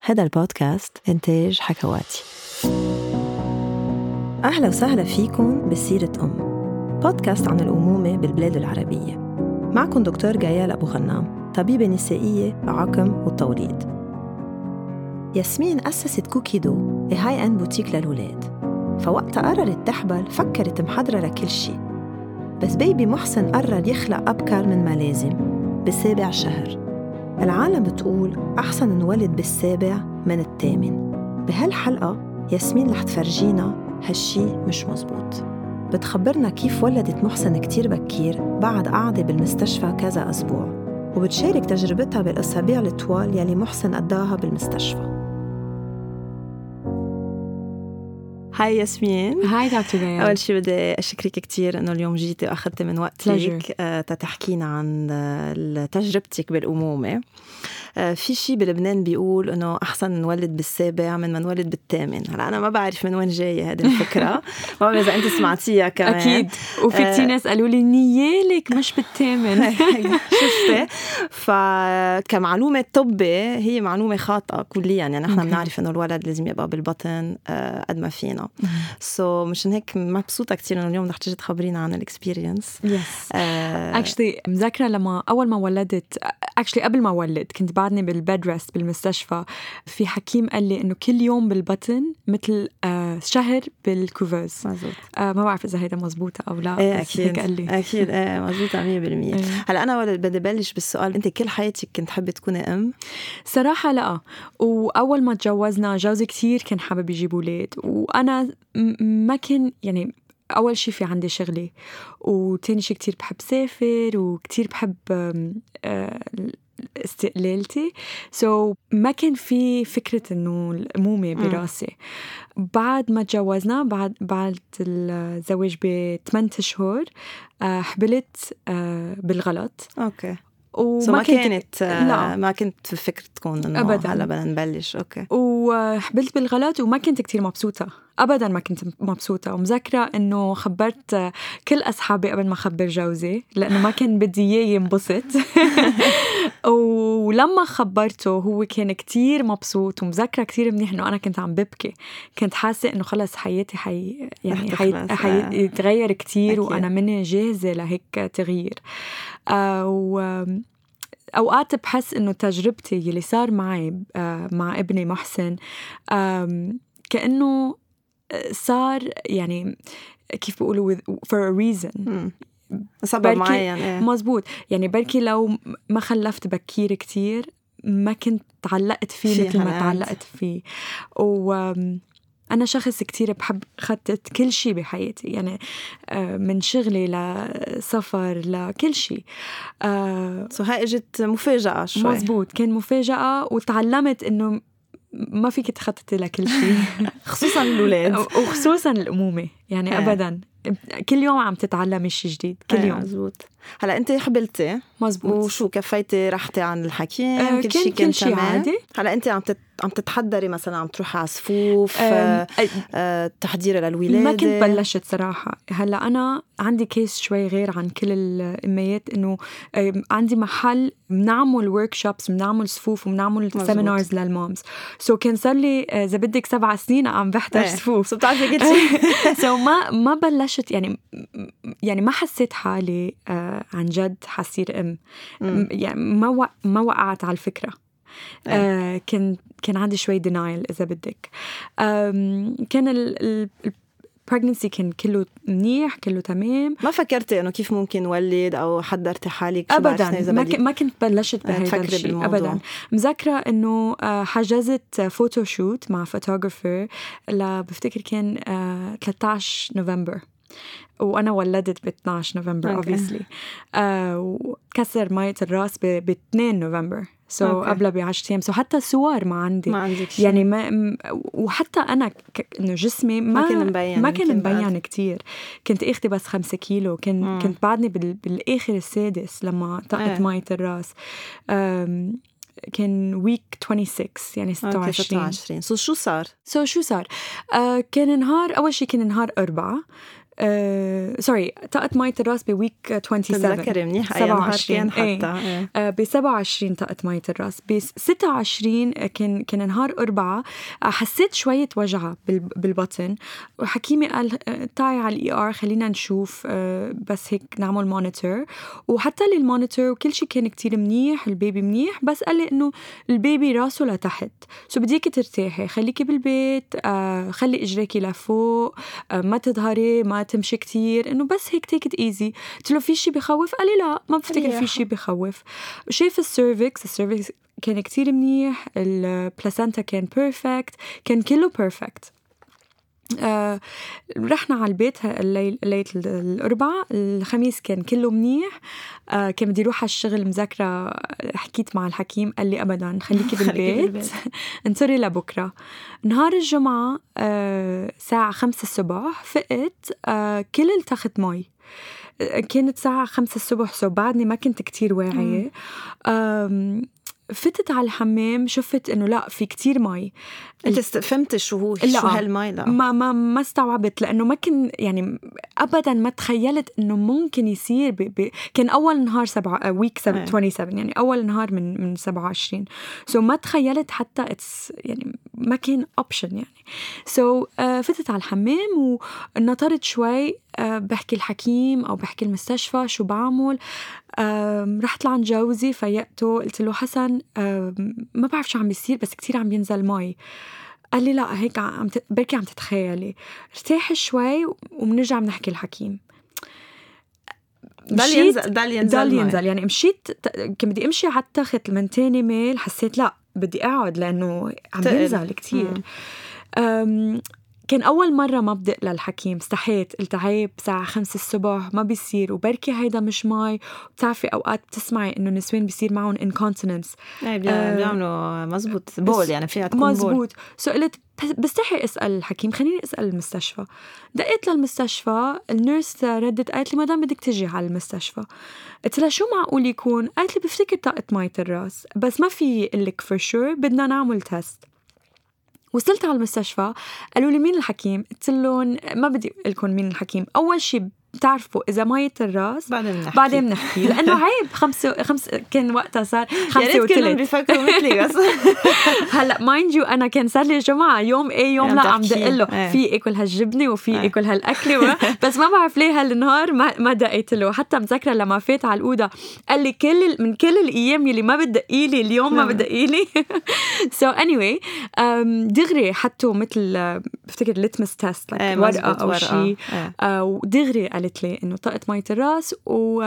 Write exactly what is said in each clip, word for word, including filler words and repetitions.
هذا البودكاست إنتاج حكواتي. أهلا وسهلا فيكم بسيرة أم، بودكاست عن الأمومة بالبلاد العربية. معكم دكتور جايال أبو غنام، طبيبة نسائية بعقم والتوليد. ياسمين أسست كوكي دو، هاي أند بوتيك للولاد. فوقتها قررت تحبل فكرت محضرة لكل شي، بس بيبي محسن قرر يخلق أبكر من ما لازم بسابع شهر. العالم بتقول أحسن نولد بالسابع من الثامن. بهالحلقة ياسمين رح تفرجينا هالشي مش مزبوط. بتخبرنا كيف ولدت محسن كتير بكير بعد قعدة بالمستشفى كذا أسبوع، وبتشارك تجربتها بالأسابيع الطوال يلي محسن قضاها بالمستشفى. هاي ياسمين. هاي دكتور جايال. أول شي بدي أشكرك كتير إنه اليوم جيتي وأخذت من وقتك آه تتحكينا عن آه تجربتك بالأمومة. آه في شي بلبنان بيقول إنه أحسن نولد بالسابع من ما نولد بالثامن. هلا أنا ما بعرف من وين جاية هذه الفكرة، ما بعرف إذا أنت سمعتيها كمان. أكيد. وفي كتير ناس قالوا لي نيالك مش بالثامن. شفتي؟ فكمعلومة طبي هي معلومة خاطئة كليا. يعني نحن بنعرف إنه الولد لازم يبقى بالبطن آه قد ما فينا. سو so, مشان هيك مبسوطة كتير إنه اليوم رح تيجي تخبرينا عن الإكسبيرينس. يس. اكشلي مذكرة لما أول ما ولدت، اكشلي قبل ما ولد كنت بعدني بالبيد ريست بالمستشفى. في حكيم قال لي إنه كل يوم بالبطن مثل آه شهر بالكوفوز. مزبوط. آه ما بعرف إذا هيدا مزبوطة أو لا. إيه أكيد. قال لي. أكيد إيه مزبوطة مية بالمية. هلا أنا ولا بدي بلش بالسؤال، أنت كل حياتك كنت حابة تكوني أم؟ صراحة لا. وأول ما تجوزنا جوزي كتير كان حابب يجيب أولاد، وأنا ما كان يعني أول شي في عندي شغلي، وتاني شي كتير بحب سافر وكتير بحب استقلالتي. سو so, ما كان في فكرة إنه الأمومة براسي. بعد ما تجوزنا، بعد بعد الزواج بثمانية شهور حبلت بالغلط. أوكي. وما ما كانت لا. ما كنت في فكرة تكون إنه أبداً. هلا بدنا نبلش. أوكي. وحبلت بالغلط وما كنت كتير مبسوطة أبداً، ما كنت مبسوطة. ومذكرة إنه خبرت كل أصحابي قبل ما خبر جوزي، لأنه ما كان بدي إياه ينبسط. ولما خبرته هو كان كتير مبسوط. ومذكرة كتير منيح إنه أنا كنت عم ببكي، كنت حاسة إنه خلص حياتي حي يعني حي... حي... يتغير كتير. أكيد. وأنا مني جاهزة لهيك تغيير. آه و أوقات بحس إنه تجربتي اللي صار معي مع ابني محسن كأنه صار يعني كيف بيقولوا for a reason. سبب معين. إيه؟ مزبوط. يعني بركي لو ما خلفت بكير كتير ما كنت تعلقت فيه مثل ما تعلقت فيه. و أنا شخص كتير بحب خطط كل شيء بحياتي، يعني من شغلي لسفر لكل شيء. سو هاي اجت مفاجأة شوي. مزبوط، كان مفاجأة. وتعلمت إنه ما فيك تخططي لكل شيء. خصوصاً الأولاد وخصوصاً الأمومة. يعني أبداً كل يوم عم تتعلمي شيء جديد كل يوم. مزبوط. هلا أنت حبلتي. مزبوط. وشو كفيتي رحتي عن الحكيم؟ أه كل شيء كان تمام عادي. هلا أنت عم تت... عم تتحضري مثلا، عم تروحي على صفوف أه... أه... تحضير للولادة؟ ما كنت بلشت صراحة. هلا أنا عندي كيس شوي غير عن كل الأميات، إنه عندي محل بنعمل وركشوبس، بنعمل صفوف وبنعمل سيمينارز للمامز. سو so كان صار لي إذا بدك سبع سنين عم بحضر صفوف. سو بتعرفي كل شيء. سو ما ما بلشت يعني يعني ما حسيت حالي آه عن جد حصير أم. م. يعني ما و... ما وقعت على الفكرة. آه كان كان عندي شوي denial إذا بدك. كان ال ال pregnancy كان كله منيح، كله تمام. ما فكرتي إنه كيف ممكن ولد أو حضرتي حالك؟ أبداً ما, ك... ما كنت بلشت بهذا الشيء أبداً. مذكرة إنه حجزت فوتوشوت مع فوتوغرافر ل بفتكر كان ثلاثة عشر نوفمبر، وأنا ولدت ب اثني عشر نوفمبر obviously. آه وكسر مية الراس ب اثنين نوفمبر. سو so قبل بعشرة أيام. سو so حتى صور ما عندي. ما عندك يعني ما م... وحتى أنا ك... إنه جسمي ما ما كان مبين ما كان مبين كتير. كنت أختي بس خمسة كيلو. كان مم. كنت بعدني بال... بالآخر السادس لما طقت اه. مية الراس. أم... كان ويك ستة وعشرين يعني ستة وعشرين. ستة وعشرين. سو so شو صار؟ سو so شو صار؟ آه كان نهار أول شيء كان نهار أربعة. آه، سوري طقت مية الراس بويك سبعة وعشرين تذكري منيح أي نهار كان حتى ايه. آه ب سبعة وعشرين طقت مية الراس. ب ستة وعشرين كان كان نهار أربعة حسيت شوية وجعة بالبطن وحكيمي قال تعي على الاي ار خلينا نشوف آه بس هيك نعمل مونيتور. وحتى للمونيتور وكل شيء كان كتير منيح البيبي منيح بس قال لي انه البيبي راسه لتحت سو بديك ترتاحي خليكي بالبيت آه خلي اجريكي لفوق آه ما تظهري ما تمشي كتير انه بس هيك تيك ات ايزي. قلت له في شيء بخوف؟ قال لي لا ما بفتكر في شيء بخوف. شايف السيرفكس السيرفكس كان كتير منيح البلاسنتا كان بيرفكت كان كله بيرفكت. آه رحنا على البيت الليل ليلة الأربعاء. الخميس كان كله منيح آه كان بدي روح على الشغل مذاكرة حكيت مع الحكيم قال لي أبداً خليكي بالبيت انطري لبكرة. نهار الجمعة آه ساعة خمسة الصبح فقت آه كل التخت مي كانت ساعة خمسة الصبح سو بعدني ما كنت كتير واعية. فتت على الحمام شفت انه لا في كتير مي. انت فهمت شو هو شو هالمي؟ لا ما ما ما استوعبت لانه ما كان يعني ابدا ما تخيلت انه ممكن يصير ب... ب... كان اول نهار سبعة ويك سبعة وعشرين يعني اول نهار من من سبعة وعشرين سو ما تخيلت حتى اتس يعني ما كان اوبشن يعني سو so, uh, فتت على الحمام ونطرت شوي uh, بحكي الحكيم او بحكي المستشفى شو بعمل. uh, رحت لعند جوزي فيقته قلت له حسن uh, ما بعرف شو عم بيصير بس كتير عم ينزل مي. قال لي لا هيك عم ت... بركي عم تتخيلي ارتاحي شوي وبنرجع بنحكي الحكيم. ضل ينزل ضل ينزل, ضل ينزل يعني مشيت كان بدي امشي على التخت من تاني ميل حسيت لا بدي اقعد لانه عم ينزل كتير. كان أول مرة ما بدق للحكيم استحيت قلت عيب ساعة خمسة الصبح ما بيصير وبركي هيدا مش ماي. بتعرفي أوقات بتسمعي إنه نسوين بيصير معهم incontinence يعني بيعملوا مزبوط بول يعني فيها تكون مزبوط. بول سو قلت بستحي أسأل الحكيم خليني أسأل المستشفى. دقيت للمستشفى النيرس ردت قالت لي مدام بدك تجي على المستشفى. قلت لها شو معقول يكون؟ قالت لي بفتكر طاقة مية الراس بس ما في قلك for sure بدنا نعمل تست. وصلت على المستشفى قالوا لي مين الحكيم؟ قلت لهم ما بدي أقول لكم مين الحكيم. أول شيء بتعرفوا إذا مية الراس بعدين بنحكي بعدين بنحكي لأنه عيب خمسة خمسة كان وقتها صار خمسة وثلث يعني بيفكروا مثلي بس هلا مايند يو أنا كان صار لي جمعة يوم إيه يوم لا عم دق له ايه. في أكل هالجبنة وفي ايه. أكل هالأكل بس ما بعرف ليه هالنهار ما ما دقيت له. حتى مذكرة لما فات على الأوضة قال لي كل من كل الأيام يلي ما بدقي لي اليوم ما بدقي لي so anyway دغري حطوا مثل بفتكر لتمس تيست like ايه ورقة أو شيء ايه. ودغري قالت لي إنه طاقت مية الراس و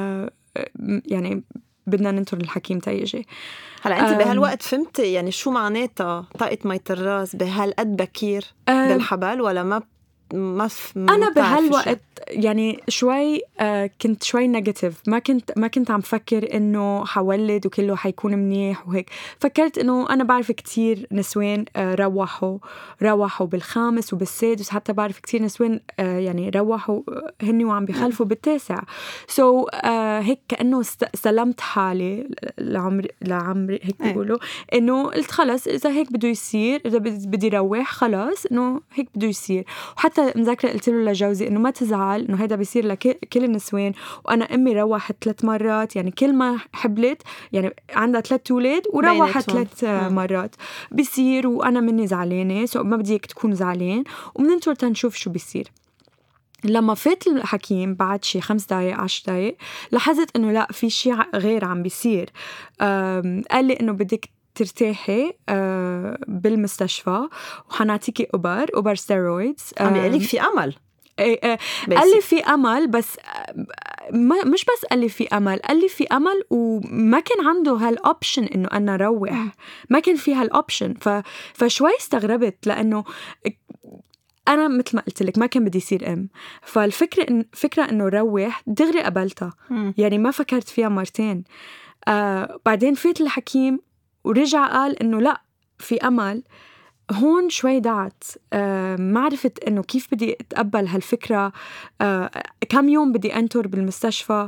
يعني بدنا ننطر الحكيم تيجي. هلا أنت بهالوقت فهمتي يعني شو معناتها طاقة مية الراس بهالقد بكير بالحبل ولا ما ما أنا بهالوقت يعني شوي آه كنت شوي نيجاتيف ما كنت ما كنت عم فكر إنه حولد وكله حيكون منيح وهيك. فكرت إنه أنا بعرف كتير نسوين آه روحوا روحوا بالخامس وبالسادس حتى بعرف كتير نسوين آه يعني روحوا هني وعم بيخلفوا بالتاسع. سو so, آه هيك كأنه سلمت حالي لعمري لعمري هيك بيقولوا إنه قلت خلص إذا هيك بده يصير إذا بدي روح خلاص إنه هيك بده يصير. وحتى مذاكرة قلت له لجوزي إنه ما تزعل إنه هيدا بيصير لكل النسوين وأنا أمي روحت ثلاث مرات يعني كل ما حبلت يعني عندها ثلاث أولاد وروحت ثلاث مرات بيصير وأنا مني زعلانة سو ما بديك تكون زعلان ومننطر تنشوف شو بيصير. لما فات الحكيم بعد شي خمس دقايق عشر دقايق لاحظت إنه لا في شي غير عم بيصير. قال لي إنه بدك ترتاحي آه بالمستشفى وحنعطيكي أوبر أوبر ستيرويدز. عم بيقلك في أمل. قال لي في أمل بس ما مش بس قال لي في أمل قال لي في أمل وما كان عنده هالأوبشن إنه أنا روح ما كان في هالأوبشن. ف فشوي استغربت لأنه أنا مثل ما قلت لك ما كان بدي يصير أم. فالفكرة إن فكرة إنه روح دغري قبلتها يعني ما فكرت فيها مرتين. آه بعدين فات الحكيم ورجع قال إنه لا في أمل. هون شوي دعت آه ما عرفت إنه كيف بدي أتقبل هالفكرة. آه كم يوم بدي أنطر بالمستشفى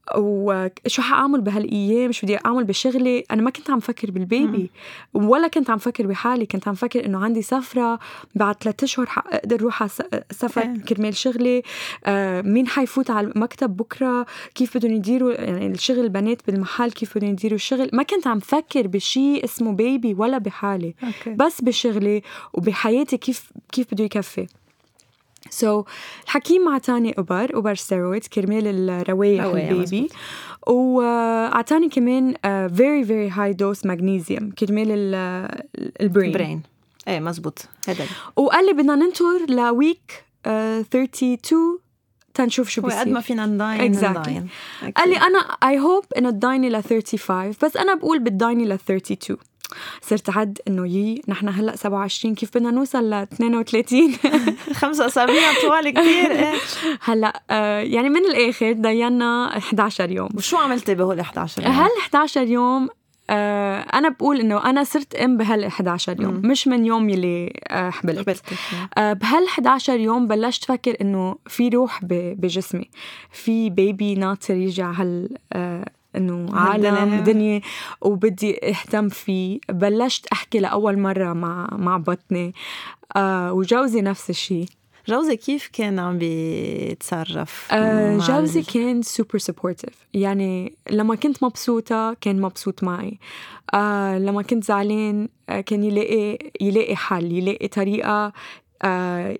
وشو حأعمل بهالأيام، شو بدي أعمل بشغلي. أنا ما كنت عم فكر بالبيبي ولا كنت عم فكر بحالي، كنت عم فكر إنه عندي سفرة بعد ثلاثة أشهر أقدر روح على سفر كرمال شغلي، آه مين حيفوت على المكتب بكرة، كيف بدهم يديروا يعني الشغل، البنات بالمحل كيف بدهم يديروا الشغل. ما كنت عم فكر بشي اسمه بيبي ولا بحالي. أوكي. بس بشغلي وبحياتي كيف كيف بده يكفي. سو so, الحكيم عطاني أبر أبر ستيرويد كرمال الروايح البيبي، وعطاني كمان uh, very very high dose magnesium كرمال البرين. برين ايه مزبوط هذا. وقال لي بدنا ننطر لويك uh, اثنين وثلاثين تنشوف شو بيصير. قد ما فينا نداين exactly. نداين. قال لي أنا I hope إنه تدايني ل خمسة وثلاثين، بس أنا بقول بتدايني ل اثنين وثلاثين. صرت عد إنه يي نحن هلأ سبعة وعشرين، كيف بدنا نوصل ل اثنين وثلاثين؟ خمسة أسابيع طوال كتير. إيه هلأ آه يعني من الآخر ضينا إحدى عشر يوم. وشو عملتي بهول إحدى عشر يوم؟ هال إحدى عشر يوم آه أنا بقول إنه أنا صرت أم بهال إحدى عشر يوم، مم. مش من يوم يلي آه حبلت. آه بهال إحدى عشر يوم بلشت فكر إنه في روح بجسمي، في بيبي ناطر يجي على هال آه إنه عالم دنيا وبدي اهتم فيه. بلشت أحكي لأول مرة مع مع بطني، آه وجوزي نفس الشيء. جوزي كيف كان عم بيتصرف؟ آه جوزي كان super supportive، يعني لما كنت مبسوطة كان مبسوط معي، آه لما كنت زعلان آه كان يلاقي يلاقي حل، يلاقي طريقة آه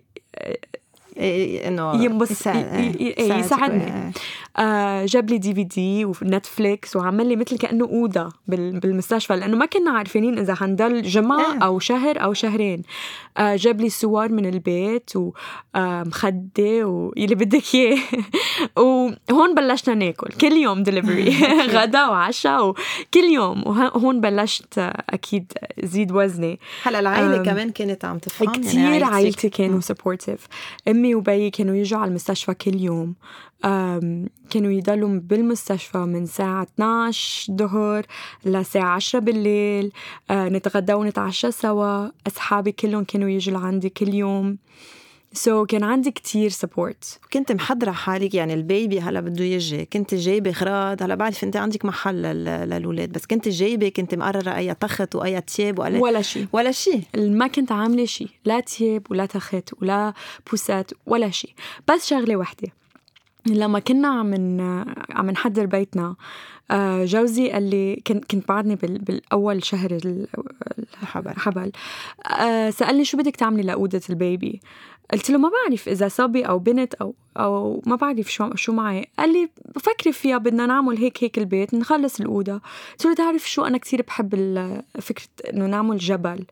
إنه يساعدني. يساعدني. آه جاب لي دي في دي ونتفليكس وعمل لي مثل كأنه أوضة بالمستشفى، لأنه ما كنا عارفين إذا هنضل جمعة أو شهر أو شهرين. آه جاب لي صور من البيت ومخدة واللي بدك إياه. وهون بلشنا ناكل كل يوم دليفري غدا وعشاء وكل يوم، وهون بلشت أكيد زيد وزني. هلا العائلة كمان كانت عم تفهم كتير، يعني عائلتي كانوا سبورتيف. أمي وبي كانوا يجوا على المستشفى كل يوم، كانوا يضلوا بالمستشفى من ساعة اثناشر ظهر لساعة عشرة بالليل، نتغدى ونتعشى سوا. أصحابي كلهم كانوا يجوا لعندي كل يوم. سو so, كان عندي كتير سبورت. كنت محضرة حالك يعني البيبي هلا بده يجي، كنت جايبة غراض، هلا بعرف انت عندك محل للولاد، بس كنت جايبة، كنت مقررة اي تخت واي تياب ولا ولا شيء ولا شيء ما كنت عاملة شيء، لا تياب ولا تخت ولا بوسات ولا شيء. بس شغلة واحدة، لما كنا عم عم نحضر بيتنا جوزي قال لي، كنت بعدني بالأول شهر الحبل، سألني شو بدك تعملي لأوضة البيبي. قلت له ما بعرف إذا صبي أو بنت أو أو ما بعرف شو شو معي. قال لي بفكر فيها، بدنا نعمل هيك هيك البيت نخلص الأوضة. قلت له تعرف شو، أنا كتير بحب فكرة إنه نعمل جبل،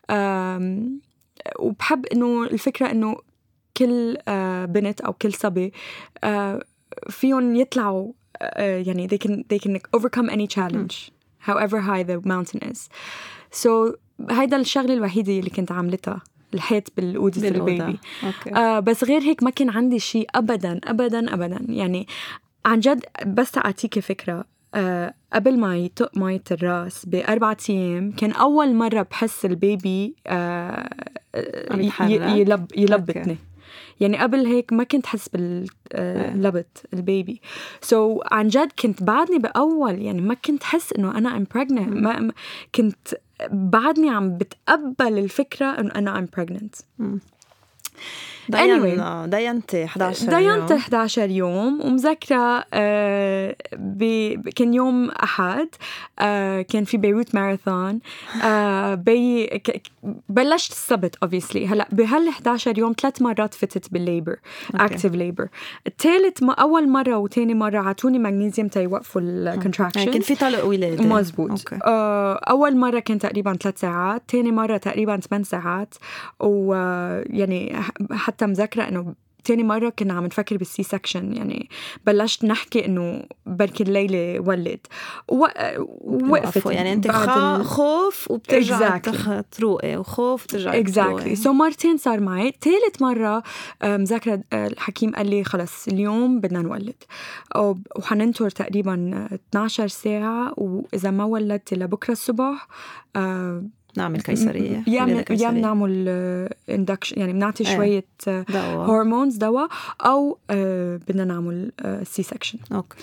وبحب إنه الفكرة إنه كل بنت أو كل صبي فيهم يطلعوا، يعني they can they can overcome any challenge however high the mountain is. so هيدا الشغلة الوحيدة اللي كنت عملتها، الحيط بالأوضة البيبي. آه بس غير هيك ما كان عندي شيء أبدا أبدا أبدا. يعني عن جد بس تعطيك فكرة، آه قبل ما يطق مية الراس بأربعة أيام كان أول مرة بحس البيبي آه يلب يلبطني. يعني قبل هيك ما كنت حس باللبط البيبي. سو so, عن جد كنت بعدني بأول، يعني ما كنت حس إنه أنا I'm pregnant. ما كنت بعدني عم بتقبل الفكرة إنه أنا I'm pregnant. دايان anyway, داينتي إحدى عشر يوم داينتي إحدى عشر يوم ومذكرة. آه كان يوم أحد، آه كان في بيروت ماراثون. آه بي بلشت السبت obviously. هلأ بهال إحدى عشر يوم ثلاث مرات فتت بالليبر active labor. الثالث ما أول مرة وتاني مرة عطوني مغنيسيوم تيوقفوا الكونتراكشن. كان في طلق ولادة. مزبوط. آه أول مرة كان تقريبا ثلاث ساعات، تاني مرة تقريبا ثمان ساعات، ويعني حتى مذكرة إنه تاني مرة كنا عم نفكر بالسي سكشن. يعني بلشت نحكي إنه بركي الليلة ولد ووقفت. يعني أنت خا... خوف وبترجع exactly. تروقي وخوف وبترجع exactly. سو so مرتين صار معي. ثالث مرة مذكرة الحكيم قال لي خلص اليوم بدنا نولد وحننطر تقريبا اثناشر ساعة، وإذا ما ولدت لبكرة الصبح آه نعمل قيصرية. يا يا بنعمل اندكشن، يعني بنعطي شوية هرمونز دواء، أو بدنا نعمل سي سكشن. أوكي.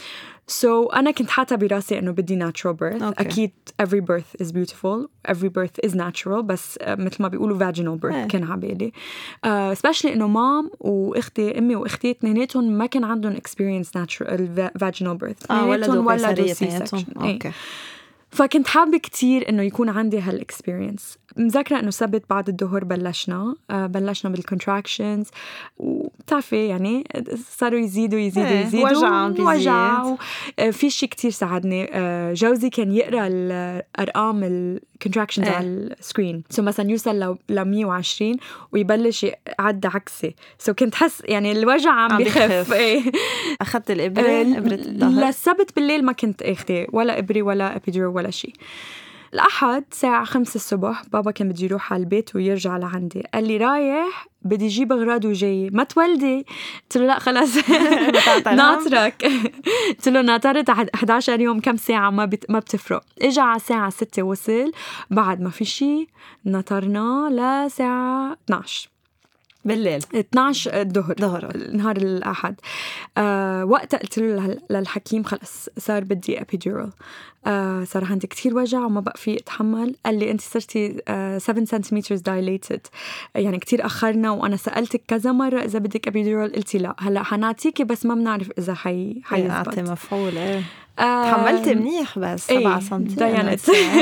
So أنا كنت حاطة براسي إنه بدي natural birth. okay. أكيد every birth is beautiful, every birth is natural, بس مثل ما بيقولوا vaginal birth hey. كان عبالي. uh, especially إنه مام وأختي أمي وأختي اثنيناتهم ما كان عندهم experience natural vaginal birth. آه ولدوا ولدوا C-section. okay. فكنت حابة كتير إنه يكون عندي هالإكسبيرينس. مذكرة إنه سبت بعد الظهر بلشنا آه بلشنا بالcontractions وبتعرفي يعني صاروا يزيدوا يزيدوا ايه يزيدوا وجعوا وجعوا. آه في شيء كتير ساعدني. آه جوزي كان يقرأ الأرقام الcontractions ايه. على السكرين. سو so مثلا يوصل ل مية وعشرين ويبلش يعد عكسي. سو so كنت حس يعني الوجع عم بيخف. ايه أخذت الإبرة آه إبرة الظهر. للسبت بالليل ما كنت أخذي ولا إبري ولا إبيدورال ولا شيء. الأحد ساعة خمسة الصبح بابا كان بدي يروح على البيت ويرجع لعندي. قال لي رايح بدي جيب أغراض وجاي ما تولدي. قلت له لا خلاص ناطرك. قلت له ناطرت أحد عشر يوم كم ساعة ما بت... ما بتفرق. إجا على الساعة ستة وصل بعد ما في شيء ناطرنا لساعة اثناشر بالليل اثناشر الظهر ظهر نهار الأحد. آه وقتها قلت له للحكيم خلص صار بدي epidural. آه صار عندي كتير وجع وما بقى في أتحمل. قال لي أنت صرتي آه سبعة سنتيمتر dilated يعني كتير أخرنا وأنا سألتك كذا مرة إذا بدك epidural قلتي لا. هلأ حنعطيكي بس ما بنعرف إذا حي حيزبط. أعطي مفعول إيه آه تحملت منيح بس سبعة سنتي ديانت.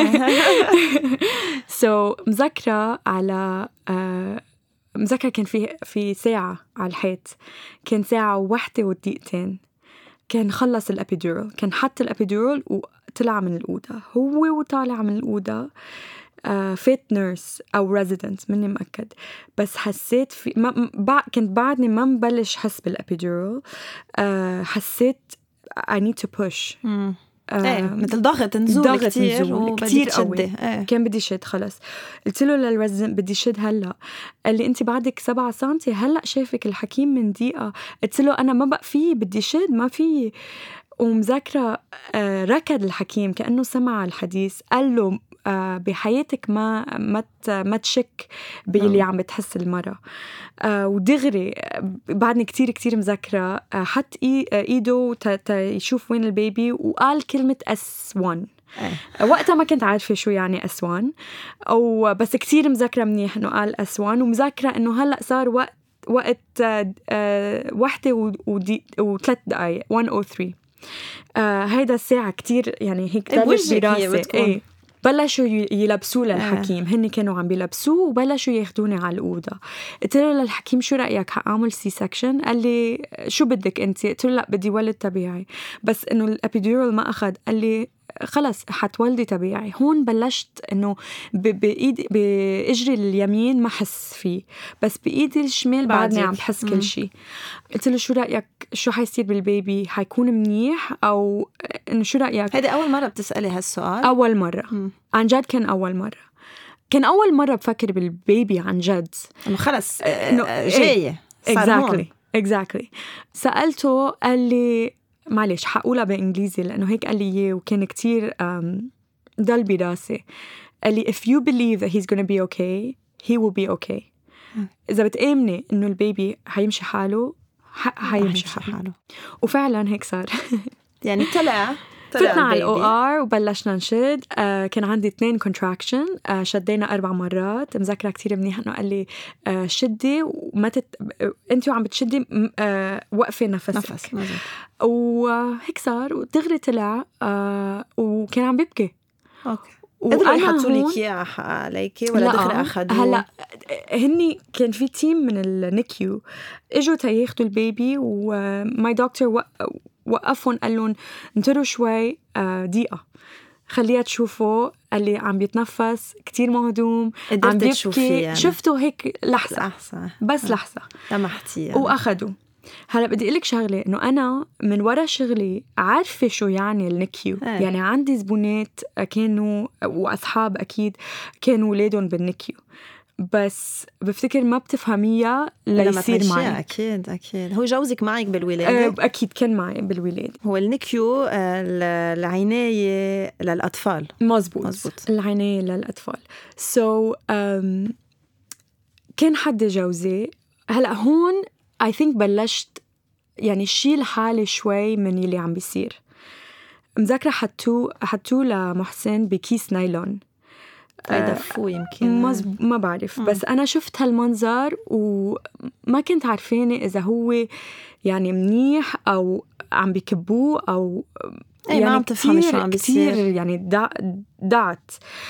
so مذكرة على آه مذكرة كان في في ساعة على الحيط. كان ساعة واحدة ودقيقتين كان خلص الأبيدورال. كان حط الأبيدورال وطلع من الأوضة. هو وطالع من الأوضة آه فيت نيرس أو ريزيدنت مني مأكد. بس حسيت في ما بع... كنت بعدني ما مبلش حس بالأبيدورال. آه حسيت I need to push. مم. ايه مثل ضغط نزول كتير كتير قوي. ايه. كان بدي شد خلص. قلت له للرزن بدي شد هلا. قال لي انت بعدك سبعة سنتي هلا شايفك الحكيم من دقيقة. قلت له انا ما بقى فيه بدي شد ما فيه. ومذاكرة آه ركض الحكيم كأنه سمع الحديث. قال له آه بحياتك ما ما ما تشك باللي عم بتحس المرة. آه ودغري بعدني كتير كتير مذاكرة. آه حط إي إيده يشوف وين البيبي وقال كلمة إس وان. أه. وقتها ما كنت عارفة شو يعني إس وان أو بس كتير مذاكرة منيح إنه قال إس وان. ومذاكرة إنه هلأ صار وقت وقت آه آه واحدة وثلاث دقايق واحد أو ثلاثة. آه هيدا الساعة كتير يعني هيك ضلت براسي. ايه بلشوا يلبسوه للحكيم. هن كانوا عم بيلبسوه وبلشوا ياخدوني على الأوضة. قلت له للحكيم شو رأيك هعمل سي سكشن؟ قال لي شو بدك انت؟ قلت له لا بدي ولد طبيعي بس انه الابيدورال ما اخذ. قال لي خلص حتولدي طبيعي. هون بلشت انه بايدي باجري اليمين ما حس فيه بس بايدي الشمال بعدني عم بحس كل شيء. قلت له شو رايك شو حيصير بالبيبي حيكون منيح او انه شو رايك؟ هذه اول مره بتسالي هالسؤال؟ اول مره مم. عن جد كان اول مره. كان اول مره بفكر بالبيبي عن جد انه خلص انه جايه exactly exactly. سالته قال لي معلش حقولها بإنجليزي لأنه هيك قال لي إياه وكان كتير ضل براسي. قال لي if you believe that he's gonna be okay he will be okay. إذا بتآمني إنه البيبي هيمشي حاله هيمشي حاله. وفعلا هيك صار. يعني طلع فتنا على الأو آر وبلشنا نشد. آه كان عندي اثنين كونتراكشن. آه شدينا أربع مرات. مذكرة كتير منيح إنه قال لي آه شدي وما تت... أنتي وعم بتشدي آه وقفي نفسك. نفس وهيك صار ودغري طلع. آه وكان عم بيبكي. أوكي. قدروا يحطوا لك إياه عليكي ولا دغري أخذوه؟ هلا هني كان في تيم من النيكيو إجوا تياخدوا البيبي وماي دكتور وق... وقفهم قال لهم انتروا شوي دقيقة خليها تشوفه. قال لي عم بيتنفس كتير مهضوم عم بيبكي يعني. شفته هيك لحظة, لحظة. بس لحظة لمحتي يعني. وأخدوا. هلأ بدي أقولك شغلة إنه أنا من ورا شغلي عارفة شو يعني النيكيو. هي. يعني عندي زبونات كانوا وأصحاب أكيد كانوا ولادهم بالنيكيو بس بفتكر ما بتفهميها ليصير معي. أكيد أكيد. هو جوزك معك بالولادة؟ أكيد كان معي بالولادة. هو النيكيو العناية للأطفال. مزبوط, مزبوط. العناية للأطفال. so um, كان حد جوزي. هلأ هون I think بلشت يعني شيل حالي شوي من اللي عم بيصير. مذاكرة حطوه حطوه لمحسن بكيس نايلون يدفوه يمكن مزب... ما بعرف م. بس أنا شفت هالمنظر وما كنت عارفانة إذا هو يعني منيح أو عم بيكبوه أو يعني ما عم تفهمي شو عم بيصير كتير يعني دع... دعت.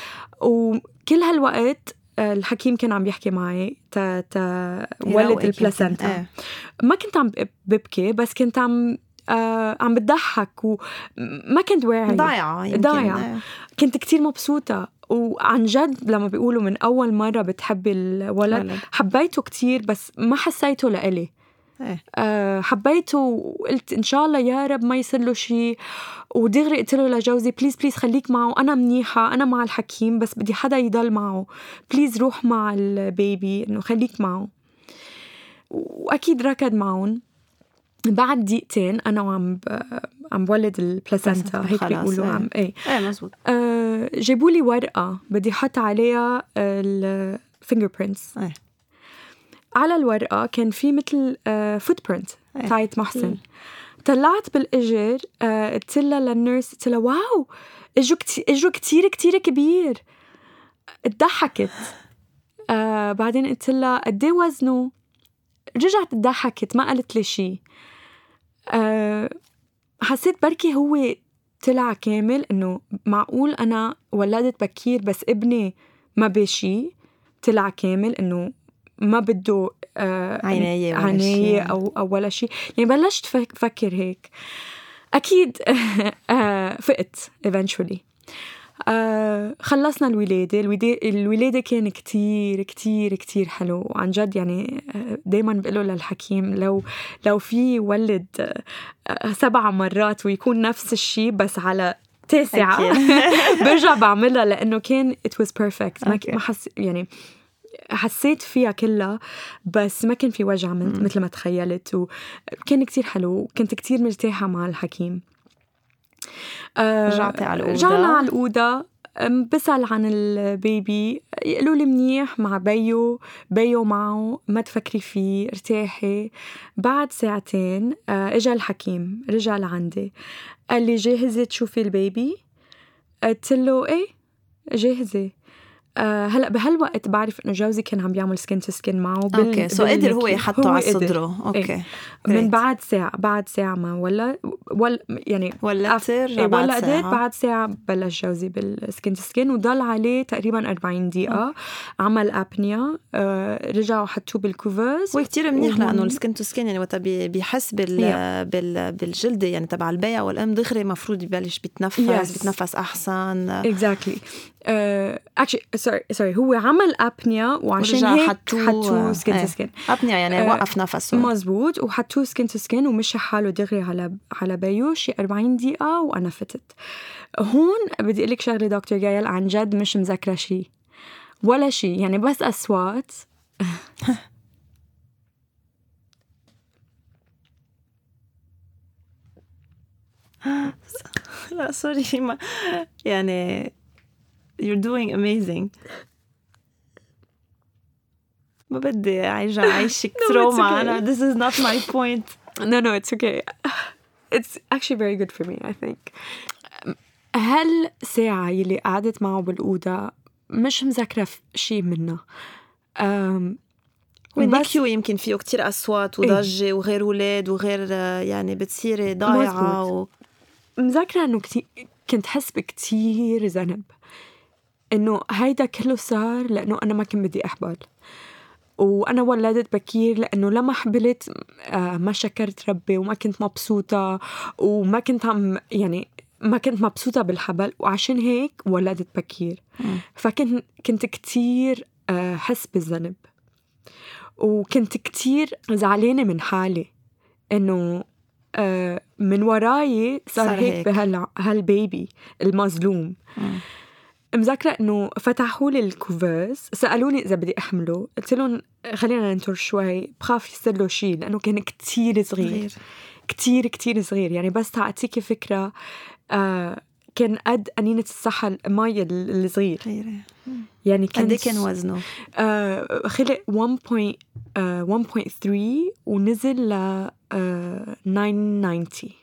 وكل هالوقت الحكيم كان عم يحكي معي تا تا ولد البلاسنتا ايه. ما كنت عم ببكي بس كنت عم آه عم بتضحك وما كنت واعي ضايعة ضايعة ايه. كنت كتير مبسوطة وعن جد لما بيقولوا من أول مرة بتحبي الولد ولد. حبيته كتير بس ما حسيته لإلي ايه. أه حبيته وقلت إن شاء الله يا رب ما يصير له شيء. ودغري قلت له لجوزي بليز بليز خليك معه، أنا منيحة أنا مع الحكيم بس بدي حدا يضل معه، بليز روح مع البيبي إنه خليك معه. وأكيد ركض معهم. بعد دقيقتين أنا وعم ب... عم بولد البلاسنتا هيك بيقولوا عم ايه ايه مزبوط. أه جابوا لي ورقة بدي حط عليها الفينجر برينتس ايه. على الورقة كان في مثل فوت برينت تاعت محسن. طلعت بالإجر قلت لها للنيرس قلت لها واو إجره كتير إجره كتير كتير كبير. اتضحكت. آه بعدين قلت لها قديه وزنه، رجعت اتضحكت ما قالت لي شيء. آه حسيت بركي هو طلع كامل إنه معقول أنا ولدت بكير بس ابني ما بشي طلع كامل إنه ما بده آه عناية عناية أو أو ولا شيء. يعني بلشت فكر هيك أكيد. آه فقت eventually. آه خلصنا الولادة. الولادة الولادة كان كتير كتير كتير حلو وعن جد. يعني دايما بقوله للحكيم لو لو في ولد آه سبع مرات ويكون نفس الشيء بس على تاسعة برجع بعملها لأنه كان it was perfect. ما ما حس يعني حسيت فيها كلها بس ما كان في وجع مثل ما تخيلت وكان كتير حلو. كنت كتير مرتاحة مع الحكيم. رجعتي على الأوضة. رجعنا على الأوضة. بسأل عن البيبي يقولوا لي منيح مع بيو بيو معه ما تفكري فيه ارتاحي. بعد ساعتين اجا الحكيم رجع لعندي قال لي جاهزة تشوفي البيبي؟ قلت له ايه جاهزة. أه هلأ بهالوقت بعرف إنه جوزي كان عم بيعمل سكين تو سكين معه. أوكي سو قدر هو يحطه على صدره. أوكي إيه. من بعد ساعة بعد ساعة ما ولا ولا يعني ولا كتير إيه بعد ولا ساعة. بعد ساعة بلش جوزي بالسكين تو سكين وضل عليه تقريبا أربعين دقيقة. أوه. عمل أبنيا. أه رجعوا حطوه بالكوفرز وكتير منيح لأنه السكين تو سكين يعني وقت بيحس بال yeah. بال بالجلد يعني تبع البيع والأم دغري مفروض يبلش بيتنفس yes. بيتنفس أحسن. exactly. uh, actually sorry sorry هو عمل أبنيا وعشان هيك حطوه سكين تو سكين. أبنيا يعني uh, وقف نفسه مزبوط وحطوه سكين تو سكين ومشي حاله دغري على على بيو شي أربعين دقيقة وأنا فتت. هون بدي أقولك شغلة دكتور جايل عن جد مش مذاكرة شي ولا شي يعني بس أصوات. لا سوري ما يعني you're doing amazing. ما بدي أرجع أعيشك تروما. أنا this is not my point. no no it's okay. It's actually very good for me I think. هل ساعة يلي قعدت معه بالأوضة مش مذاكرة شيء منه. أم والنيكيو يمكن فيه كتير أصوات وضجة. إيه؟ وغير أولاد وغير يعني بتصيري ضايعة و... مذاكرة إنه كتير كنت حس بكتير ذنب إنه هيدا كله صار لأنه أنا ما كنت بدي أحبل وأنا ولدت بكير لأنه لما حبلت آه ما شكرت ربي وما كنت مبسوطة وما كنت عم يعني ما كنت مبسوطة بالحبل وعشان هيك ولدت بكير. م. فكنت كنت كتير آه حس بالذنب وكنت كتير زعلانة من حالي إنه آه من وراي صار, صار هيك, هيك. بهالبيبي المظلوم. م. مذاكرة إنه فتحوا لي الكوفرز سألوني إذا بدي أحمله قلت لهم خلينا ننطر شوي بخاف يصير له شيء لأنه كان كتير صغير غير. كتير كتير صغير يعني بس تعطيكي فكرة آه كان قد قنينة الصحة المية الصغير يعني كان قد كان وزنه آه خلق واحد فاصلة ثلاثة ونزل ل آه تسعمية وتسعين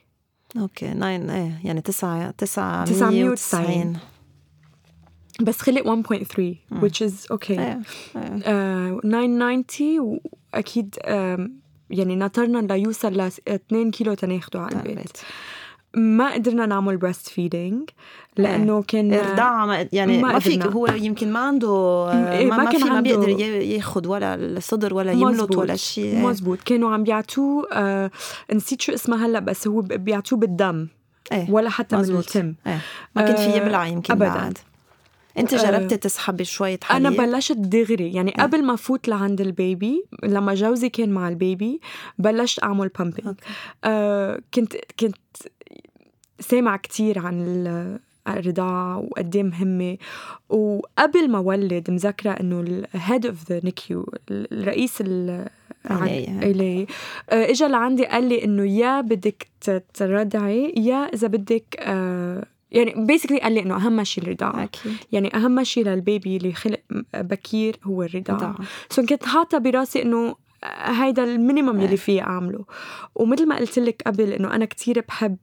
اوكي ناين ايه يعني تسعة تسعمية وتسعين بس خلق واحد فاصلة ثلاثة which is okay ايه ايه uh, تسعمية وتسعين واكيد uh, يعني نطرنا ليوصل ل اثنين كيلو تناخده على البيت. ما قدرنا نعمل breast feeding لأنه ايه. كان الرضاعة يعني ما, ما فيك هو يمكن ما عنده ما, ما, ما في ما بيقدر ياخد ولا الصدر ولا يملط ولا شيء. مزبوط. كانوا عم بيعطوه آه نسيت شو اسمها هلا بس هو بيعطوه بالدم ايه. ولا حتى مزبوط. من التم ايه. ما كنت في يبلع يمكن أبداً. بعد. انت جربتي تسحبي شوية حليب؟ انا بلشت دغري يعني اه. قبل ما فوت لعند البيبي لما جوزي كان مع البيبي بلشت اعمل بامبينج. آه كنت كنت سامع كتير عن الرضاعة وقديه مهمة. وقبل ما ولد مذكرة انه الهيد اوف ذا نيكيو الرئيس العائلي اجى لعندي قال لي انه يا بدك ترضعي يا اذا بدك آه يعني بيسكلي قال لي إنه أهم شيء الرضاعة. يعني أهم شيء للبيبي اللي خلق بكير هو الرضاعة. سو كنت حاطة براسي إنه هيدا المينيمم يلي فيه أعمله. ومثل ما قلت لك قبل إنه أنا كتير بحب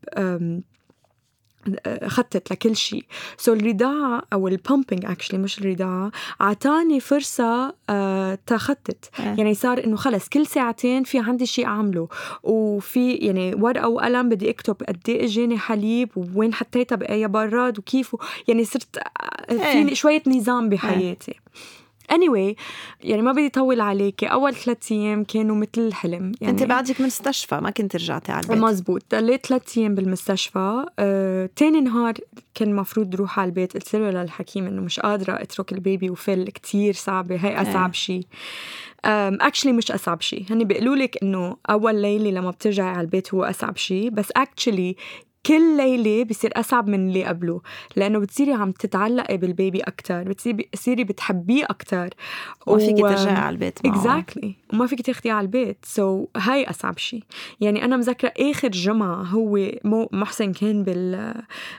خطت لكل شيء. سو الرضاعة أو البامبينج أكشلي مش الرضاعة عطاني فرصة أه تخطت. يعني صار إنه خلص كل ساعتين في عندي شيء أعمله وفي يعني ورقة وقلم بدي أكتب قد إيه إجاني حليب ووين حطيتها بأي براد وكيف. يعني صرت في شوية نظام بحياتي. anyway يعني ما بدي طول عليكي. أول ثلاثة أيام كانوا مثل الحلم. يعني أنت بعدك من المستشفى ما كنت رجعتي على البيت؟ مزبوط. ضليت ثلاثة أيام بالمستشفى. أه، تاني نهار كان مفروض روح على البيت. قلت له للحكيم إنه مش قادرة أترك البيبي وفل كتير صعبة. هاي أصعب شيء. actually مش أصعب شيء. هني بيقولولك إنه أول ليلة لما بترجعي على البيت هو أصعب شيء بس actually كل ليلة بيصير أصعب من اللي قبله لأنه بتصيري عم تتعلقي بالبيبي أكتر بتصيري بتحبيه أكتر وما فيك ترجعي على البيت معه. exactly وما فيك تاخديه على البيت. so هاي أصعب شيء. يعني أنا مذكرة آخر جمعة هو محسن كان بال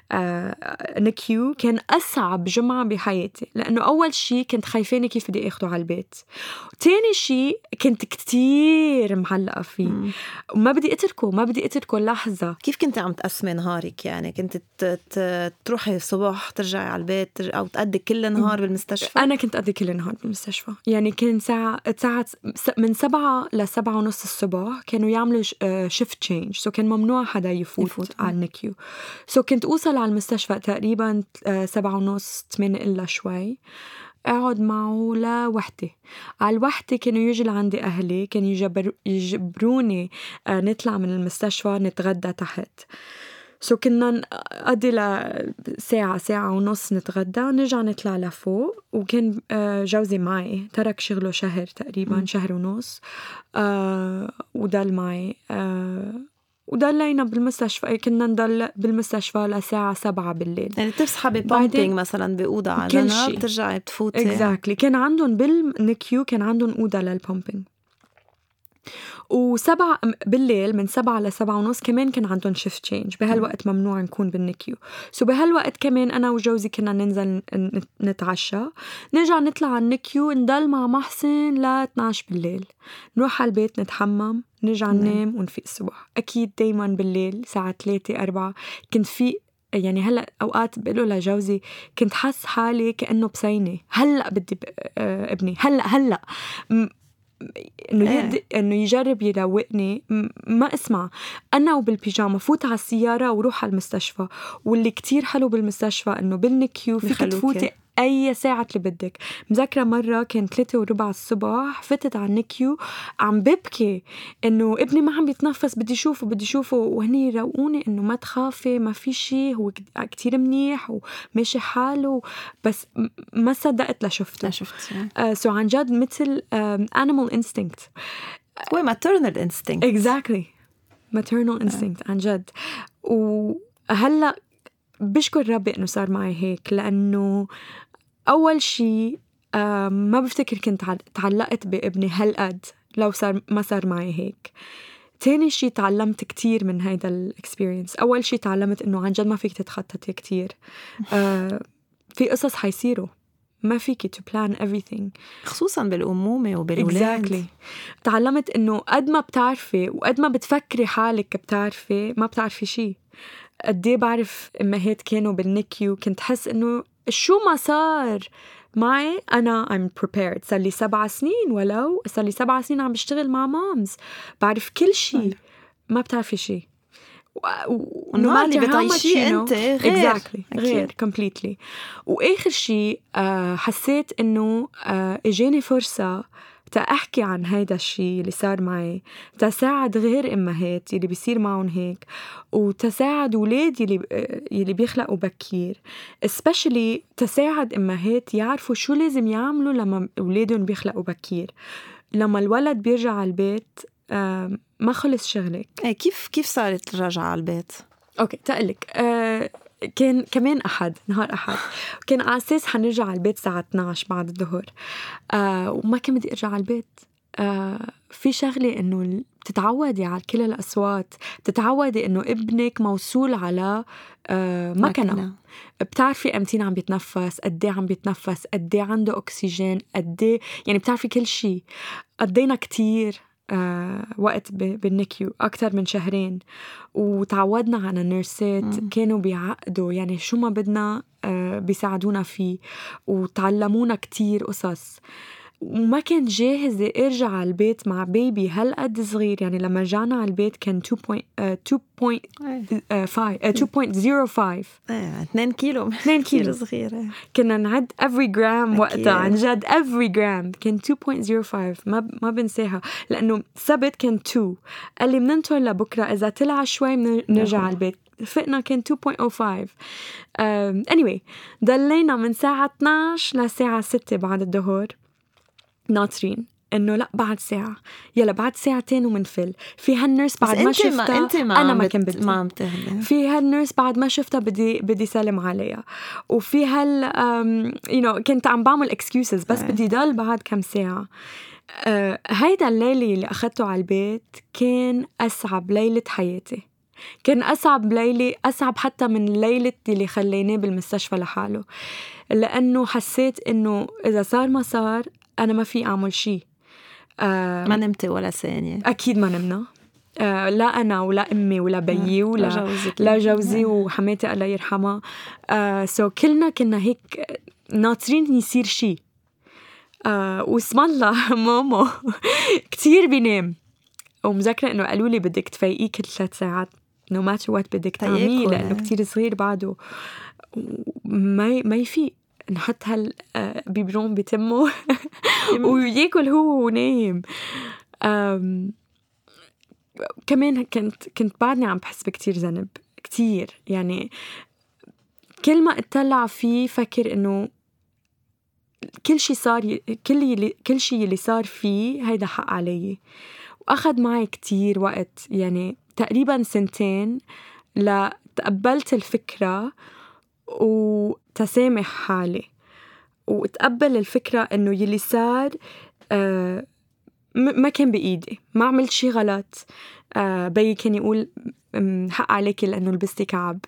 نيكيو كان أصعب جمعة بحياتي لأنه أول شيء كنت خايفاني كيف بدي أخده على البيت. تاني شيء كنت كتير معلقة فيه م. وما بدي أتركه ما بدي أتركه لحظة. كيف كنت عم تقسمي نهارك؟ يعني كنت تروحي الصبح ترجعي على البيت أو تقضي كل نهار بالمستشفى؟ أنا كنت أقضي كل نهار بالمستشفى. يعني كان ساعة ساعة من سبعة لسبعة ونص الصبح كانوا يعملوا شيفت تشينج. سو كان ممنوع حدا يفوت, يفوت. على النيكيو. سو كنت أوصل على المستشفى تقريبا سبعة ونص ثمانية إلا شوي أقعد معه لوحدي. على الوحدة كانوا يجي لعندي أهلي كانوا يجبر يجبروني نطلع من المستشفى نتغدى تحت. سو كنا نقضي لساعة ساعة ونص نتغدى ونرجع نطلع لفوق. وكان جوزي معي ترك شغله شهر تقريبا م. شهر ونص آه وضل معي آه وضلينا بالمستشفى. كنا نضل بالمستشفى لساعة سبعة بالليل. يعني تسحبي بامبينج مثلا بأوضة على جنب بترجعي بتفوتي. exactly. كان عندهم بالنيكيو كان عندهم أوضة للبامبينج. وسبعة بالليل من سبعة لسبعة ونص كمان كان عندهم شيفت تشينج. بهالوقت ممنوع نكون بالنيكيو. سو بهالوقت كمان أنا وجوزي كنا ننزل نتعشى نرجع نطلع على النيكيو نضل مع محسن ل اثناشر بالليل نروح على البيت نتحمم نرجع ننام ونفيق الصبح. أكيد دايما بالليل ساعة ثلاثة أربعة كنت في يعني هلأ أوقات بقوله لجوزي كنت حس حالي كأنه بسيني هلأ بدي ابني هلأ هلأ إنه يد... إنه يجرب يروقني ما أسمع. أنا وبالبيجامة فوت على السيارة وروح على المستشفى. واللي كتير حلو بالمستشفى إنه بالنيكيو فيك تفوتي أي ساعة اللي بدك. مذكرة مرة كان ثلاثة وربع الصبح فتت على النيكيو عم ببكي إنه ابني ما عم بيتنفس بدي شوفه بدي شوفه وهني يروقوني إنه ما تخافي ما في شي هو كتير منيح وماشي حاله. بس ما صدقت لشفته لا شفت uh, سو عن جد مثل um, animal instinct هو maternal instinct. exactly maternal instinct uh. عن جد. وهلأ بشكر ربي إنه صار معي هيك لأنه أول شيء ما بفتكر كنت تعلقت بابني هالقد لو صار ما صار معي هيك. تاني شيء تعلمت كتير من هيدا الاكسبيرينس. أول شيء تعلمت إنه عن جد ما فيك تتخططي كتير. آه في قصص حيصيروا ما فيكي to plan everything خصوصاً بالأمومة وبالولاد. exactly. تعلمت إنه قد ما بتعرفي وقد ما بتفكري حالك بتعرفي ما بتعرفي شيء. قديه بعرف أمهات كانوا بالنكيو كنت حس إنه شو ما صار معي أنا I'm prepared. صار لي سبع سنين ولو صار لي سبع سنين عم بشتغل مع مامز بعرف كل شيء. ما بتعرفي شيء والنهار اللي بتعيشيه أنت غير exactly. غير completely. وآخر شيء آه حسيت إنه آه إجاني فرصة تأحكي عن هيدا الشيء اللي صار معي تساعد غير أمهات اللي بيصير معهم هيك وتساعد أولاد اللي اللي بيخلقوا بكير especially تساعد أمهات يعرفوا شو لازم يعملوا لما أولادهم بيخلقوا بكير. لما الولد بيرجع على البيت آه ما خلص شغلك. ايه كيف كيف صارت الرجعة على البيت؟ اوكي تقلك آه كان كمان أحد نهار أحد كان على أساس حنرجع على البيت الساعة اثناشر بعد الظهر آه وما كان بدي أرجع على البيت. آه في شغلة إنه بتتعودي على كل الأصوات بتتعودي إنه ابنك موصول على آه مكنة بتعرفي أمتين عم بيتنفس قديه عم بيتنفس قديه عنده أكسجين قديه يعني بتعرفي كل شيء. قضينا كتير آه وقت بالنكيو أكتر من شهرين وتعودنا على النيرسات م. كانوا بيعقدوا يعني شو ما بدنا آه بيساعدونا فيه وتعلمونا كتير قصص. وما كان جاهزة أرجع على البيت مع بيبي هالقد صغير. يعني لما رجعنا على البيت كان two point zero five اثنين كيلو اثنين كيلو صغيرة. كنا نعد every gram وقتها عن جد every gram كان two point zero five ما ب... ما بنساها لأنه سبت كان two قال لي مننطر لبكرة إذا طلع شوي نرجع على البيت. فقنا كان two point zero five. um, anyway ضلينا من ساعة اثناشر لساعة ستة بعد الظهر ناطرين إنه لا بعد ساعة يلا بعد ساعتين ومنفل. في هالنيرس بعد ما شفتها ما ما أنا ما كان بدي ما عم تهدى. في هالنيرس بعد ما شفتها بدي بدي سلم عليها. وفي هال um, you know كنت عم بعمل excuses بس بدي ضل بعد كم ساعة. uh, هيدا الليلة اللي أخدته على البيت كان أصعب ليلة حياتي. كان أصعب ليلة أصعب حتى من ليلة اللي خليناه بالمستشفى لحاله لأنه حسيت إنه إذا صار ما صار أنا ما في أعمل شيء. آه ما نمت ولا ثانية. أكيد ما نمنا. آه لا أنا ولا أمي ولا بيي ولا جوزي لا جوزي وحماتي الله يرحمها. آه سو كلنا كنا هيك ناطرين يصير شيء. آه واسم الله ماما كتير بينام ومذكرة إنه قالوا لي بدك تفيقيه كل ثلاث ساعات no matter what بدك تعميه لأنه كتير صغير بعده ما ما يفيق. نحط هال بيبرون بتمه وياكل هو ونايم. كمان كنت كنت بعدني عم بحس بكتير ذنب كتير. يعني كل ما اطلع فيه فكر إنه كل شيء صار كل يلي كل شيء اللي صار فيه هيدا حق علي. وأخذ معي كتير وقت يعني تقريبا سنتين لتقبلت الفكرة وتسامح حالي وتقبل الفكرة إنه يلي صار آه ما كان بإيدي ما عملت شي غلط. آه بي كان يقول حق عليكي لأنه لبستي كعب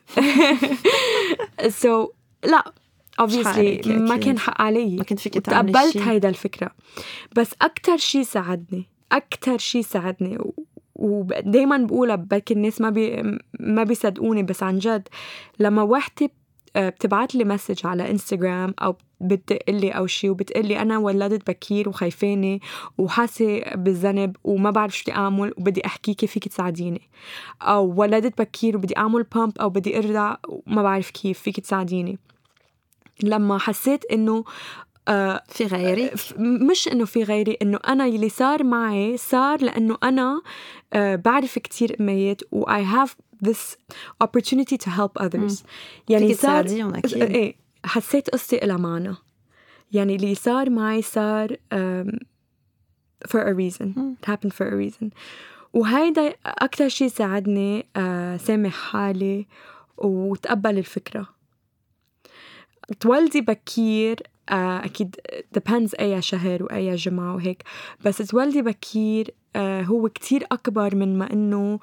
so لا obviously ما كان حق علي ما كنت فيك تعملي شي. تقبلت هيدا الفكرة. بس أكتر شي ساعدني أكتر شي ساعدني ودايما بقولها بلكي الناس ما بي ما بيصدقوني بس عن جد لما وحدة بتبعت لي مسج على انستغرام أو بتقلي أو شي وبتقلي أنا ولدت بكير وخايفاني وحاسة بالذنب وما بعرف شو بدي أعمل وبدي أحكيكي فيك تساعديني. أو ولدت بكير وبدي أعمل بامب أو بدي أرضع وما بعرف كيف فيك تساعديني. لما حسيت إنه آه في غيري مش إنه في غيري إنه أنا يلي صار معي صار لأنه أنا آه بعرف كتير أميات و I have this opportunity to help others. يعني صار إيه حسيت قصتي إلها معنى. يعني اللي صار معي صار um, for a reason. It happened for a reason. وهيدا أكتر شيء ساعدني uh, سامح حالي وتقبل الفكرة. تولدي بكير أكيد depends أي شهر وأي جمعة وهيك، بس تولدي بكير هو كتير أكبر من ما إنه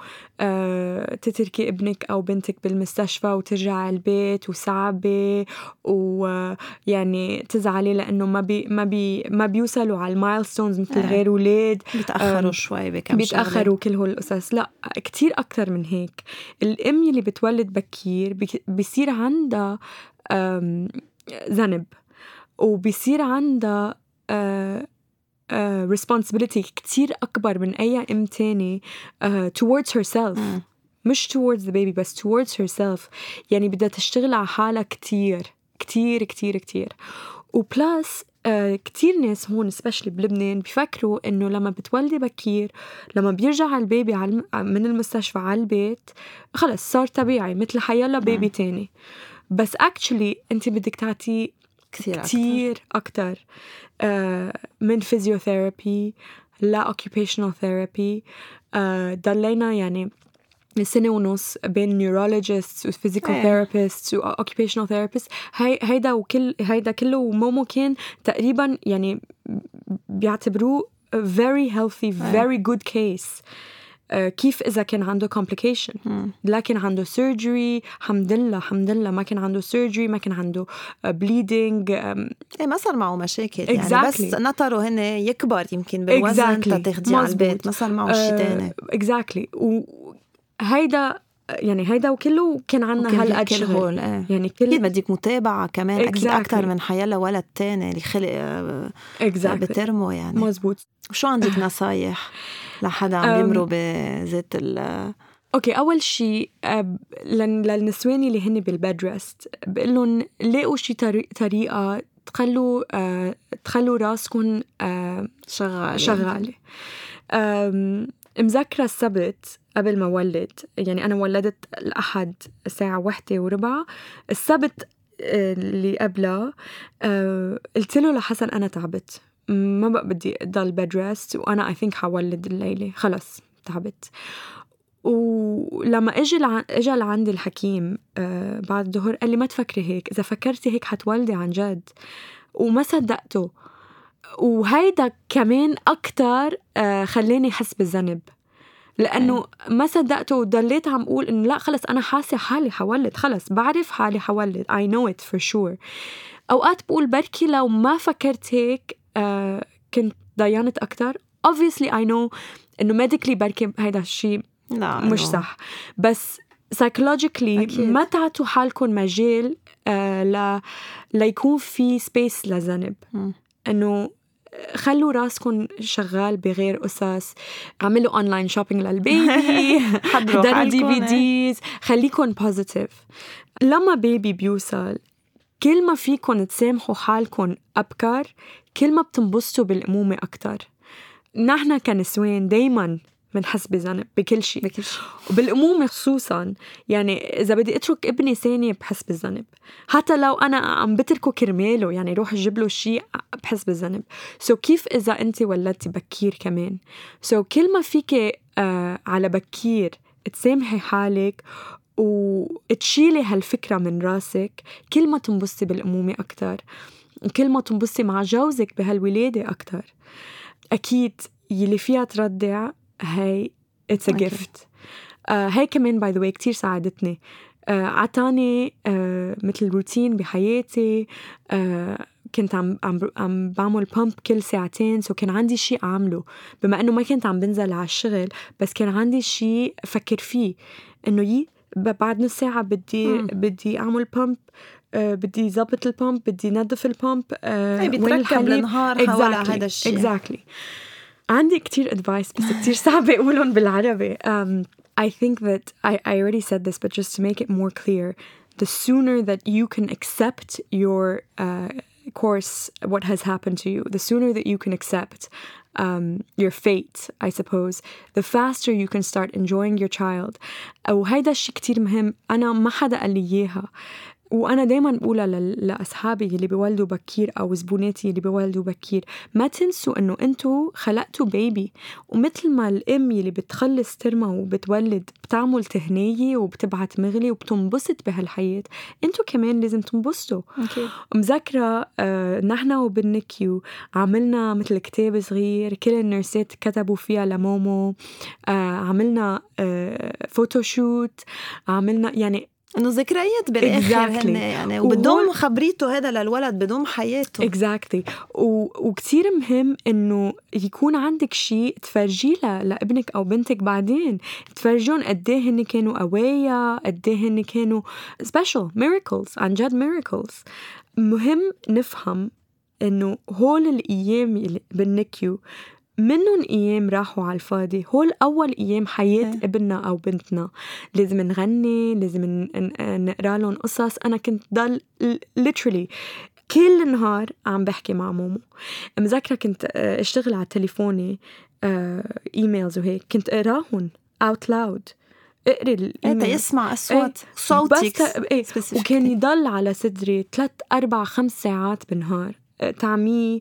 تتركي ابنك أو بنتك بالمستشفى وترجع البيت وصعبة ويعني تزعلي لأنه ما بي ما بي ما بيوصلوا على المايلستونز مثل غير ولاد، بيتأخروا شوي بكم بيتأخروا كل هول القصص. لا كتير أكتر من هيك. الأم اللي بتولد بكير بيصير عندها ذنب وبيصير عندها uh, uh, responsibility كتير أكبر من أي أم تاني uh, towards herself م. مش towards the baby بس towards herself. يعني بدها تشتغل على حالها كتير كتير كتير كتير. وبلاس uh, كتير ناس هون especially بلبنان بيفكروا إنه لما بتولدي بكير لما بيرجع البيبي من المستشفى على البيت خلص صار طبيعي مثل حيالله بيبي تاني، بس actually أنت بدك تعطي كتير, كتير أكتر, أكتر uh, من فيزيوثيرابي لا occupational therapy. uh, ضلينا يعني سنة ونص بين neurologists و physical therapists و occupational therapists. هاي هيدا وكل هيدا كله ومومو كان تقريبا يعني بيعتبروه very healthy very good case. Uh, كيف إذا كان عنده complication hmm. لكن عنده surgery الحمد لله الحمد لله ما كان عنده surgery ما كان عنده uh, bleeding um, إيه ما صار معه مشاكل exactly. يعني بس نطروا هن يكبر يمكن بالوزن exactly. تتخدي على البيت ما صار معه uh, شيء تاني exactly. وهيدا يعني هيدا وكله كان عنا هالقد شغل اه. يعني كل كيف بدك متابعة كمان exactly. أكيد أكتر من حيالله ولد تاني اللي خلق exactly. بترمه يعني مزبوط. وشو عندك نصايح لحدا عم يمروا بذات ال اوكي اول شيء للنسوان اللي هن بالبيد ريست بقول لهم لاقوا شي طريقه تخلوا أه تخلوا راسكم أه شغاله شغاله. مذكره السبت قبل ما ولد يعني انا ولدت الاحد الساعه واحدة وربع، السبت اللي قبلها أه قلت له لحسن انا تعبت ما بقى بدي أضل بيد ريست وأنا I think حولد الليلة خلص تعبت. ولما اجى لع... اجى لعندي الحكيم آه بعد الظهر قال لي ما تفكري هيك، اذا فكرتي هيك حتولدي عن جد، وما صدقته. وهيدا كمان اكتر آه خلاني احس بالذنب لانه ما صدقته وضليت عم اقول انه لا خلص انا حاسه حالي حولد، خلص بعرف حالي حولد I know it for sure. اوقات بقول بركي لو ما فكرت هيك آه كنت ضيانت اكتر. obviously I know انه medically بركي هيدا الشيء مش صح، بس psychologically أكيد. ما تعطوا حالكم مجال آه لا ليكون في space لذنب، انه خلوا راسكم شغال بغير قصص، عملوا اونلاين شوبينج للبيبي حضروا دي في ديز، خليكم بوزيتيف. لما بيبي بيوصل كل ما فيكم تسامحوا حالكم أبكر كل ما بتنبسطوا بالأمومة أكتر. نحن كنسوان دايماً منحس بذنب بكل شيء بكل شيء وبالأمومة خصوصاً. يعني إذا بدي أترك ابني ثانية بحس بالذنب، حتى لو أنا عم بتركه كرماله يعني روح أجيب له شيء بحس بالذنب. سو so كيف إذا أنت ولدتي بكير كمان؟ سو so كل ما فيك آه على بكير تسامحي حالك وتشيلي هالفكرة من راسك كل ما تنبسطي بالأمومة أكتر، كل ما تنبسطي مع جوزك بهالولادة أكتر. أكيد يلي فيها تردع هاي it's a okay. gift. آه هاي كمان by the way كتير ساعدتني، آه عطاني آه مثل روتين بحياتي. آه كنت عم عم عم بعمل بامب كل ساعتين، سو كان عندي شيء أعمله بما إنه ما كنت عم بنزل على الشغل، بس كان عندي شيء أفكر فيه إنه يي بعد نص ساعة بدي م. بدي أعمل بامب، أه بدي زبط البامب، بدي نظف البامب، أه أي بتركب النهار exactly. حول هذا الشيء. exactly. عندي كتير advice بس كتير صعب أقولهم بالعربي. um, I think that I, I already said this, but just to make it more clear, the sooner that you can accept your uh, course, what has happened to you, the sooner that you can accept um, your fate, I suppose, the faster you can start enjoying your child. وهيدا الشيء كتير مهم. أنا ما حدا قال لي إياها. وأنا دايماً بقولها لأصحابي اللي بيولدوا بكير أو زبوناتي اللي بيولدوا بكير، ما تنسوا إنه أنتوا خلقتوا بيبي، ومثل ما الأم اللي بتخلص ترمى وبتولد بتعمل تهنية وبتبعت مغلي وبتنبسط بهالحياة، أنتوا كمان لازم تنبسطوا. مذكرة آه نحن وبالنكيو عملنا مثل كتاب صغير كل النرسات كتبوا فيها لمومو، آه عملنا آه فوتوشوت، عملنا يعني إنه ذكريات بالآخر exactly. هن يعني وبدهم خبريته هذا للولد بدهم حياته exactly. و... وكتير مهم إنه يكون عندك شيء تفرجيه ل... لابنك أو بنتك بعدين، تفرجون قديه هن كانوا قوية، قديه هن كانوا special miracles، عن جد miracles. مهم نفهم إنه هول الأيام بالنكيو منهم أيام راحوا على الفاضي، هول أول أيام حياة اه. ابننا أو بنتنا، لازم نغني، لازم نقرأ لهم قصص. أنا كنت ضل literally كل النهار عم بحكي مع مومو. مذكرة كنت اشتغل على تليفوني ايميلز وهيك، كنت اقراهن out loud، اقري الايميل ايه يسمع اصوات ايه صوتك ايه. وكان يضل على صدري ثلاث اربع خمس ساعات بالنهار، تعميه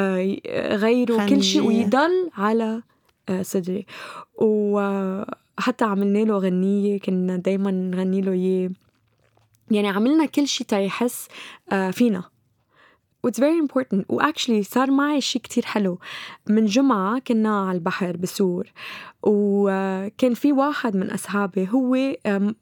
غيره كل شيء ويضل على صدري. وحتى عملنا له غنية، كنا دايما نغني له اياه، يعني عملنا كل شيء تيحس فينا. It's very important. وactually صار معي شيء كتير حلو. من جمعة كنا على البحر بسور، وكان في واحد من أصحابي هو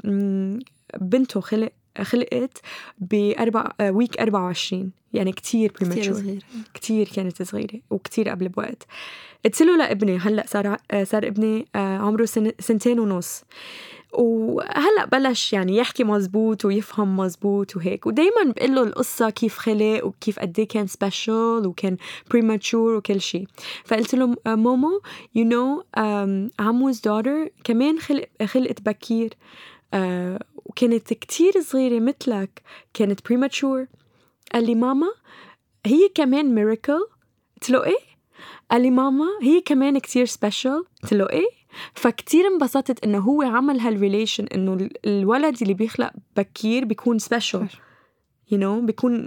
بنته خلق خلقت بأربع ويك أربعة وعشرين، يعني كتير كتير صغيرة، كتير كانت صغيرة وكتير قبل بوقت. قلت له لابني هلأ صار صار ابني عمره سن سنتين ونص، وهلأ بلش يعني يحكي مزبوط ويفهم مزبوط وهيك، ودايما بقول له القصة كيف خلق وكيف قديه كان سبيشال وكان premature وكل شيء. فقلت له مومو you know um, عمو's daughter كمان خلق خلقت بكير، uh, وكانت كتير صغيرة مثلك، كانت premature. قال لي ماما هي كمان miracle. قلت له ايه؟ قال لي ماما هي كمان كتير سبيشال. قلت له ايه؟ فكتير انبسطت انه هو عمل هالريليشن، انه الولد اللي بيخلق بكير بيكون سبيشال you know بيكون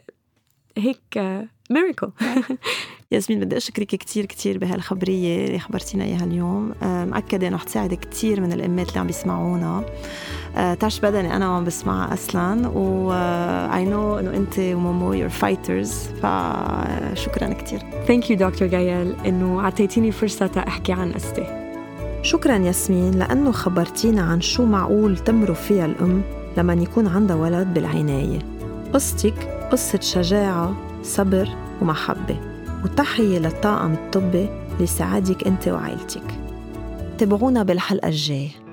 هيك ميراكل. ياسمين بدي أشكرك كتير كتير بهالخبرية اللي خبرتينا إياها اليوم، مأكدة إنه حتساعد كتير من الأمات اللي عم بيسمعونا. تعش بدني أنا وعم بسمع أصلاً، و I know إنه أنت ومومو you're fighters، فشكراً كتير. Thank you دكتور جايال إنه عطيتيني فرصة أحكي عن قصتي. شكراً ياسمين لأنه خبرتينا عن شو معقول تمر فيها الأم لما يكون عندها ولد بالعناية. قصتك قصة شجاعة، صبر ومحبة، وتحية للطاقم الطبي لسعادك أنت وعائلتك. تابعونا بالحلقة الجاية.